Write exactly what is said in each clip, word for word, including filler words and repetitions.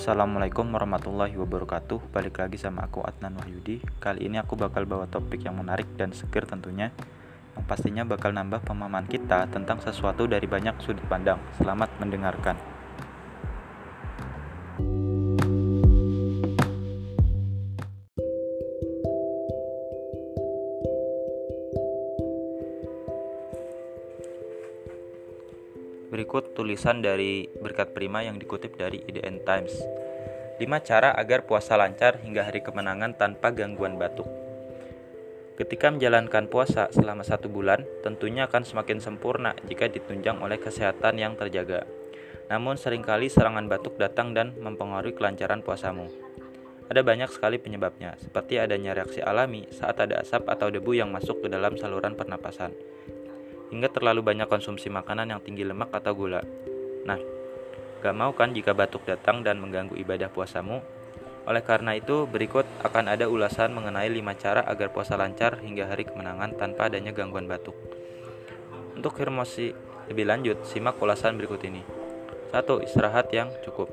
Assalamualaikum warahmatullahi wabarakatuh. Balik lagi sama aku Adnan Wahyudi. Kali ini aku bakal bawa topik yang menarik dan seger tentunya, yang pastinya bakal nambah pemahaman kita tentang sesuatu dari banyak sudut pandang. Selamat mendengarkan. Berikut tulisan dari Berkat Prima yang dikutip dari I D N Times. lima cara agar puasa lancar hingga hari kemenangan tanpa gangguan batuk. Ketika menjalankan puasa selama satu bulan, tentunya akan semakin sempurna jika ditunjang oleh kesehatan yang terjaga. Namun seringkali serangan batuk datang dan mempengaruhi kelancaran puasamu. Ada banyak sekali penyebabnya, seperti adanya reaksi alami saat ada asap atau debu yang masuk ke dalam saluran pernapasan, hingga terlalu banyak konsumsi makanan yang tinggi lemak atau gula. Nah, gak mau kan jika batuk datang dan mengganggu ibadah puasamu? Oleh karena itu, berikut akan ada ulasan mengenai lima cara agar puasa lancar hingga hari kemenangan tanpa adanya gangguan batuk. Untuk informasi lebih lanjut, simak ulasan berikut ini. satu. Istirahat yang cukup.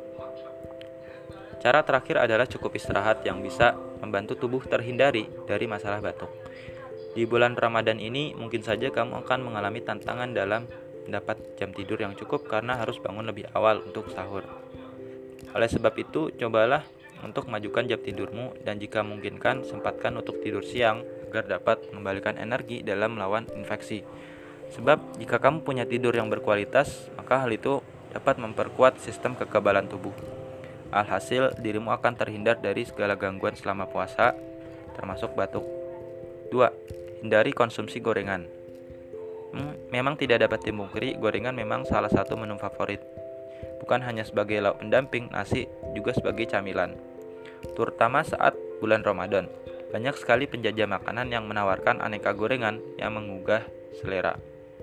Cara terakhir adalah cukup istirahat yang bisa membantu tubuh terhindari dari masalah batuk. Di bulan Ramadan ini mungkin saja kamu akan mengalami tantangan dalam mendapat jam tidur yang cukup karena harus bangun lebih awal untuk sahur. Oleh sebab itu, cobalah untuk majukan jam tidurmu dan jika memungkinkan sempatkan untuk tidur siang agar dapat mengembalikan energi dalam melawan infeksi. Sebab jika kamu punya tidur yang berkualitas, maka hal itu dapat memperkuat sistem kekebalan tubuh. Alhasil, dirimu akan terhindar dari segala gangguan selama puasa, termasuk batuk. dua. Hindari konsumsi gorengan. Hmm, memang tidak dapat dipungkiri, gorengan memang salah satu menu favorit. Bukan hanya sebagai lauk pendamping nasi, juga sebagai camilan. Terutama saat bulan Ramadan, banyak sekali penjajah makanan yang menawarkan aneka gorengan yang menggugah selera.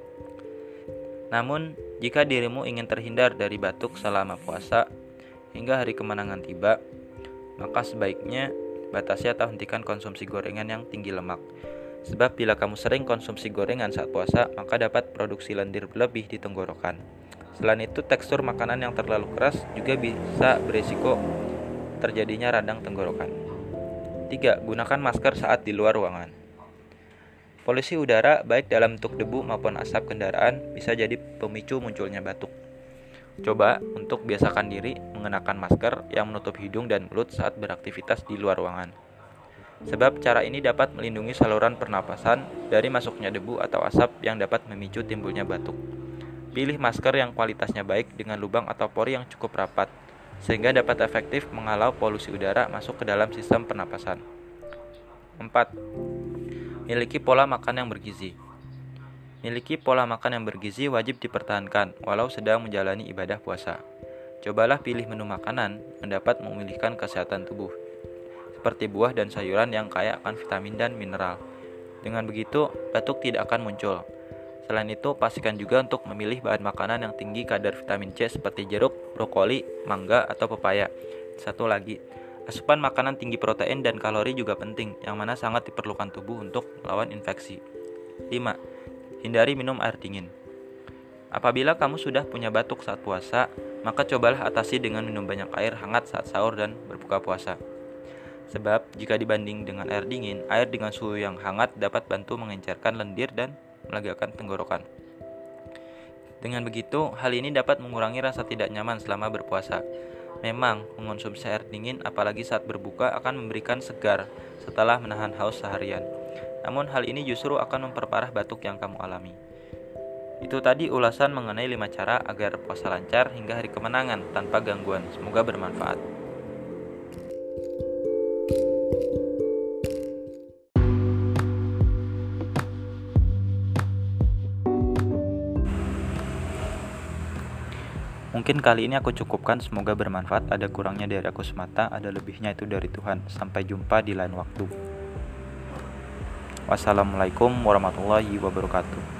Namun, jika dirimu ingin terhindar dari batuk selama puasa hingga hari kemenangan tiba, maka sebaiknya batasi atau hentikan konsumsi gorengan yang tinggi lemak. Sebab bila kamu sering konsumsi gorengan saat puasa, maka dapat produksi lendir berlebih di tenggorokan. Selain itu, tekstur makanan yang terlalu keras juga bisa berisiko terjadinya radang tenggorokan. tiga. Gunakan masker saat di luar ruangan. Polusi udara, baik dalam bentuk debu maupun asap kendaraan, bisa jadi pemicu munculnya batuk. Coba untuk biasakan diri mengenakan masker yang menutup hidung dan mulut saat beraktivitas di luar ruangan. Sebab cara ini dapat melindungi saluran pernapasan dari masuknya debu atau asap yang dapat memicu timbulnya batuk. Pilih masker yang kualitasnya baik dengan lubang atau pori yang cukup rapat, sehingga dapat efektif menghalau polusi udara masuk ke dalam sistem pernapasan. empat. Miliki pola makan yang bergizi. Miliki pola makan yang bergizi wajib dipertahankan walau sedang menjalani ibadah puasa. Cobalah pilih menu makanan yang dapat memulihkan kesehatan tubuh, seperti buah dan sayuran yang kaya akan vitamin dan mineral. Dengan begitu, batuk tidak akan muncul. Selain itu, pastikan juga untuk memilih bahan makanan yang tinggi kadar vitamin C seperti jeruk, brokoli, mangga, atau pepaya. Satu lagi, asupan makanan tinggi protein dan kalori juga penting, yang mana sangat diperlukan tubuh untuk melawan infeksi. lima. Hindari minum air dingin. Apabila kamu sudah punya batuk saat puasa, maka cobalah atasi dengan minum banyak air hangat saat sahur dan berbuka puasa. Sebab jika dibanding dengan air dingin, air dengan suhu yang hangat dapat bantu mengencerkan lendir dan melegakan tenggorokan. Dengan begitu, hal ini dapat mengurangi rasa tidak nyaman selama berpuasa. Memang, mengonsumsi air dingin apalagi saat berbuka akan memberikan segar setelah menahan haus seharian. Namun hal ini justru akan memperparah batuk yang kamu alami. Itu tadi ulasan mengenai lima cara agar puasa lancar hingga hari kemenangan tanpa gangguan. Semoga bermanfaat. Mungkin kali ini aku cukupkan, semoga bermanfaat. Ada kurangnya dari aku semata, ada lebihnya itu dari Tuhan. Sampai jumpa di lain waktu. Wassalamualaikum warahmatullahi wabarakatuh.